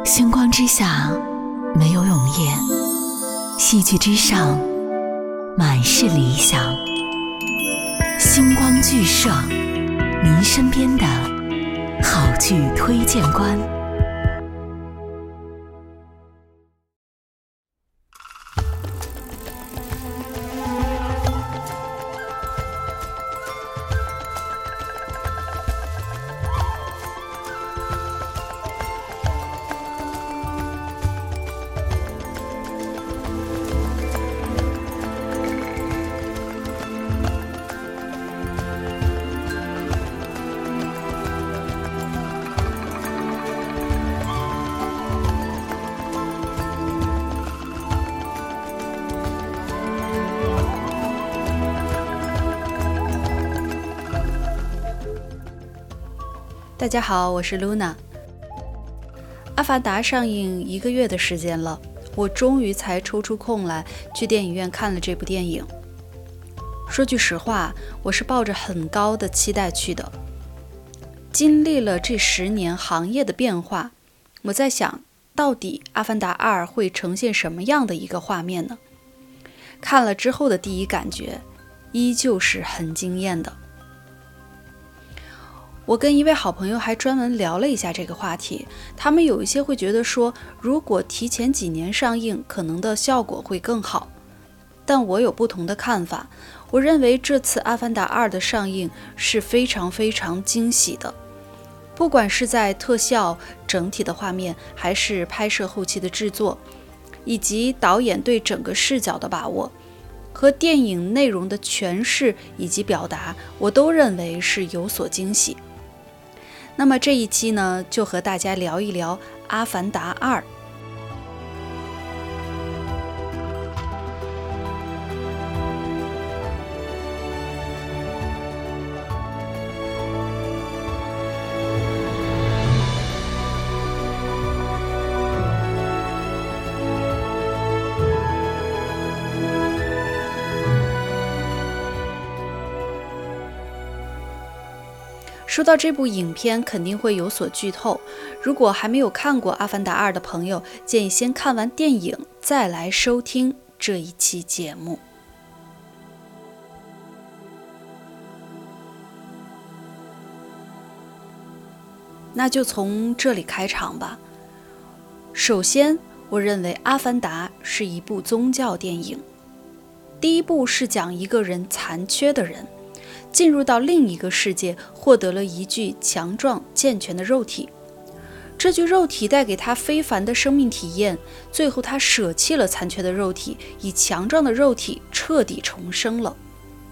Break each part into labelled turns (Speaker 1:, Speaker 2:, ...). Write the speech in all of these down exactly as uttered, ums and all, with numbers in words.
Speaker 1: 星光之下没有永夜，戏剧之上满是理想。星光剧社，您身边的好剧推荐官。
Speaker 2: 大家好，我是 Luna。 阿凡达上映一个月的时间了，我终于才抽出空来去电影院看了这部电影。说句实话，我是抱着很高的期待去的。经历了这十年行业的变化，我在想，到底阿凡达二会呈现什么样的一个画面呢？看了之后的第一感觉依旧是很惊艳的。我跟一位好朋友还专门聊了一下这个话题，他们有一些会觉得说，如果提前几年上映，可能的效果会更好。但我有不同的看法，我认为这次《阿凡达二》的上映是非常非常惊喜的，不管是在特效、整体的画面，还是拍摄后期的制作，以及导演对整个视角的把握，和电影内容的诠释以及表达，我都认为是有所惊喜。那么这一期呢，就和大家聊一聊《阿凡达二》。说到这部影片，肯定会有所剧透。如果还没有看过《阿凡达二》的朋友，建议先看完电影，再来收听这一期节目。那就从这里开场吧。首先，我认为《阿凡达》是一部宗教电影。第一部是讲一个人残缺的人进入到另一个世界，获得了一具强壮健全的肉体。这具肉体带给他非凡的生命体验，最后他舍弃了残缺的肉体，以强壮的肉体彻底重生了。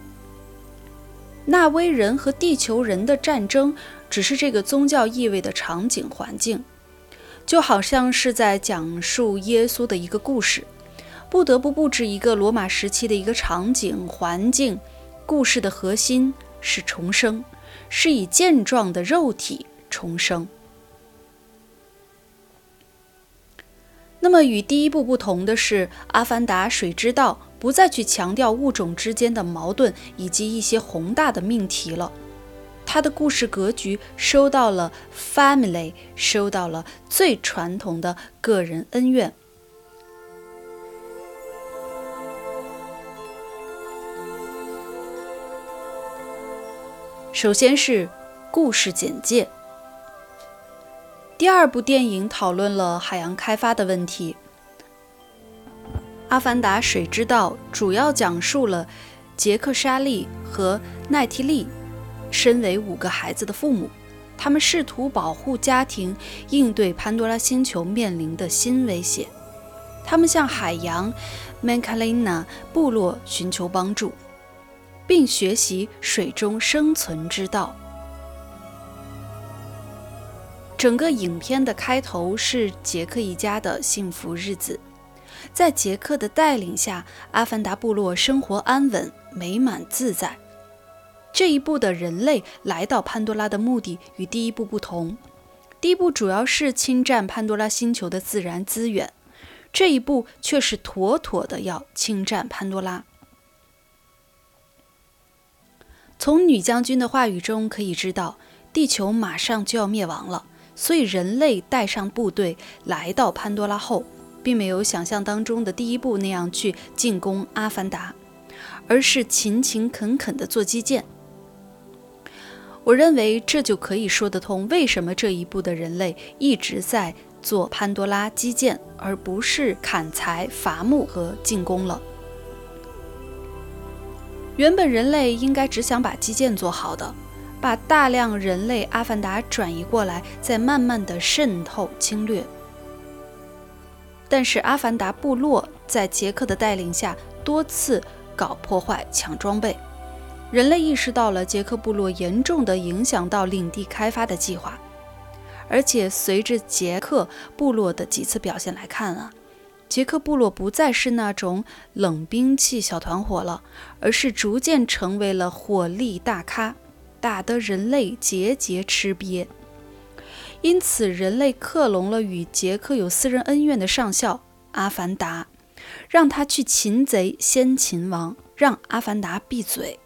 Speaker 2: 纳威人和地球人的战争只是这个宗教意味的场景环境，就好像是在讲述耶稣的一个故事，不得不布置一个罗马时期的一个场景环境。故事的核心是重生，是以健壮的肉体重生。那么与第一部不同的是，《阿凡达：水之道》不再去强调物种之间的矛盾以及一些宏大的命题了，它的故事格局收到了 family， 收到了最传统的个人恩怨。首先是故事简介。第二部电影讨论了海洋开发的问题。《阿凡达：水之道》主要讲述了杰克·沙利和奈提利身为五个孩子的父母，他们试图保护家庭，应对潘多拉星球面临的新威胁。他们向海洋 Mankalina 部落寻求帮助，并学习水中生存之道。整个影片的开头是杰克一家的幸福日子，在杰克的带领下，阿凡达部落生活安稳、美满自在。这一部的人类来到潘多拉的目的与第一部不同，第一部主要是侵占潘多拉星球的自然资源，这一部却是妥妥的要侵占潘多拉。从女将军的话语中可以知道，地球马上就要灭亡了， 所以人类带上部队来到潘多拉后，并没有想象当中的第一步那样去进攻阿凡达，而是勤勤恳恳地做基建。我认为这就可以说得通，为什么这一步的人类一直在做潘多拉基建，而不是砍柴、伐木和进攻了。原本人类应该只想把基建做好的，把大量人类阿凡达转移过来，再慢慢的渗透侵略。但是阿凡达部落在杰克的带领下多次搞破坏、抢装备，人类意识到了杰克部落严重地影响到领地开发的计划。而且随着杰克部落的几次表现来看啊，杰克部落不再是那种冷兵器小团伙了，而是逐渐成为了火力大咖，打得人类节节吃瘪。因此人类克隆了与杰克有私人恩怨的上校阿凡达，让他去擒贼先擒王，让阿凡达闭嘴。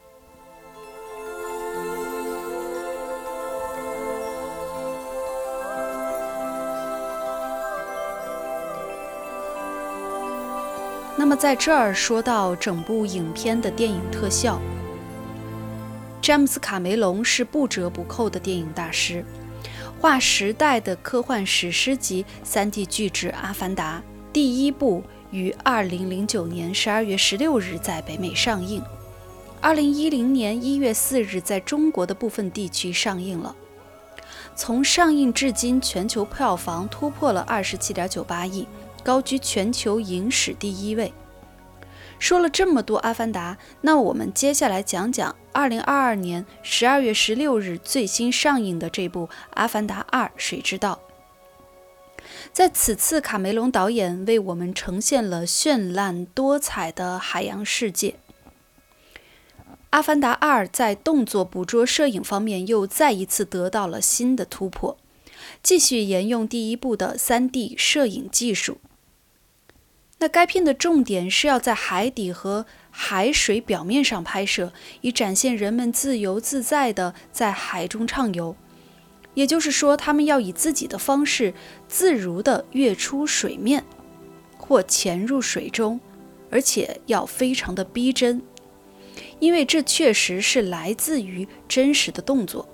Speaker 2: 那么在这儿说到整部影片的电影特效，詹姆斯·卡梅隆是不折不扣的电影大师，划时代的科幻史诗级 三 D 巨制《阿凡达》第一部于二零零九年十二月十六日在北美上映，二零一零年一月四日在中国的部分地区上映了。从上映至今，全球票房突破了 二十七点九八亿，高居全球影史第一位。说了这么多阿凡达，那我们接下来讲讲二零二二年十二月十六日最新上映的这部《阿凡达二：水之道》。在此次卡梅隆导演为我们呈现了绚烂多彩的海洋世界。阿凡达二在动作捕捉摄影方面又再一次得到了新的突破，继续沿用第一部的 三 D 摄影技术。那该片的重点是要在海底和海水表面上拍摄，以展现人们自由自在地在海中畅游。也就是说，他们要以自己的方式自如地跃出水面或潜入水中，而且要非常的逼真，因为这确实是来自于真实的动作。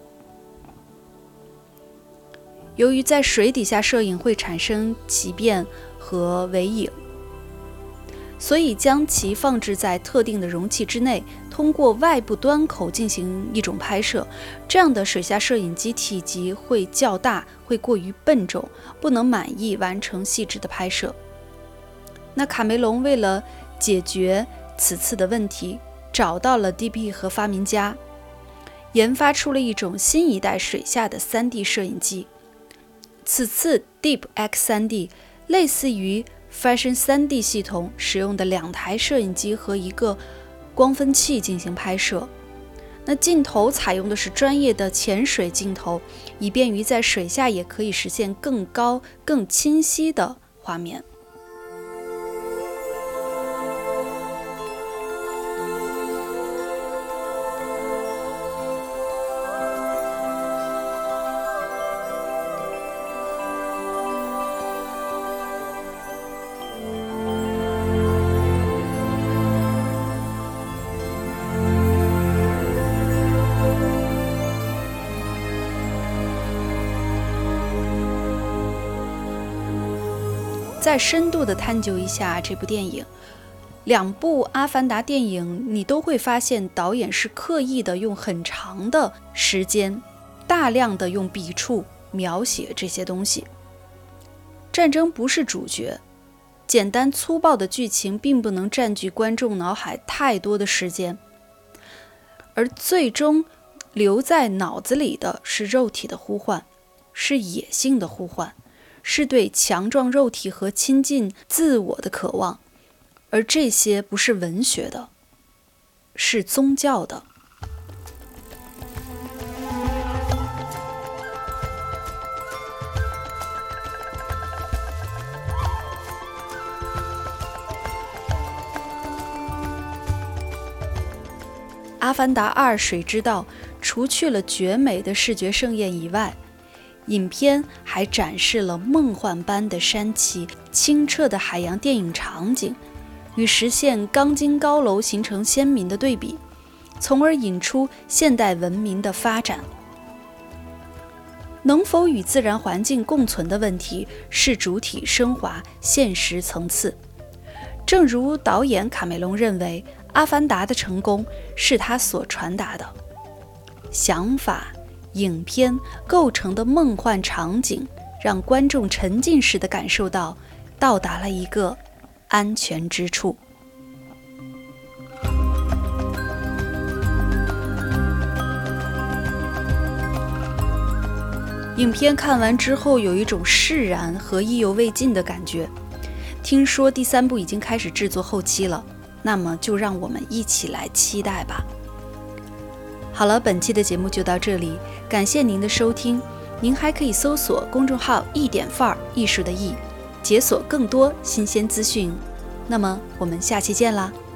Speaker 2: 由于在水底下摄影会产生畸变和微影，所以将其放置在特定的容器之内，通过外部端口进行一种拍摄。这样的水下摄影机体积会较大，会过于笨重，不能满意完成细致的拍摄。那卡梅隆为了解决此次的问题，找到了 D P 和发明家，研发出了一种新一代水下的 三 D 摄影机。此次 Deep X 三 D 类似于Fashion 三 D 系统使用的两台摄影机和一个光分器进行拍摄。那镜头采用的是专业的潜水镜头，以便于在水下也可以实现更高、更清晰的画面。再深度地探究一下这部电影，两部《阿凡达》电影，你都会发现导演是刻意的用很长的时间，大量的用笔触描写这些东西。战争不是主角，简单粗暴的剧情并不能占据观众脑海太多的时间，而最终留在脑子里的是肉体的呼唤，是野性的呼唤，是对强壮肉体和亲近自我的渴望，而这些不是文学的，是宗教的。《阿凡达二：水之道》除去了绝美的视觉盛宴以外， 影片还展示了梦幻般的山崎、清澈的海洋电影场景，与实现钢筋高楼形成鲜明的对比，从而引出现代文明的发展。能否与自然环境共存的问题是主体升华现实层次。正如导演卡梅隆认为，《阿凡达》的成功是他所传达的想法，影片构成的梦幻场景，让观众沉浸式地感受到到达了一个安全之处。影片看完之后有一种释然和意犹未尽的感觉。听说第三部已经开始制作后期了，那么就让我们一起来期待吧。好了，本期的节目就到这里，感谢您的收听。您还可以搜索公众号一点范儿，艺术的艺，解锁更多新鲜资讯。那么我们下期见啦。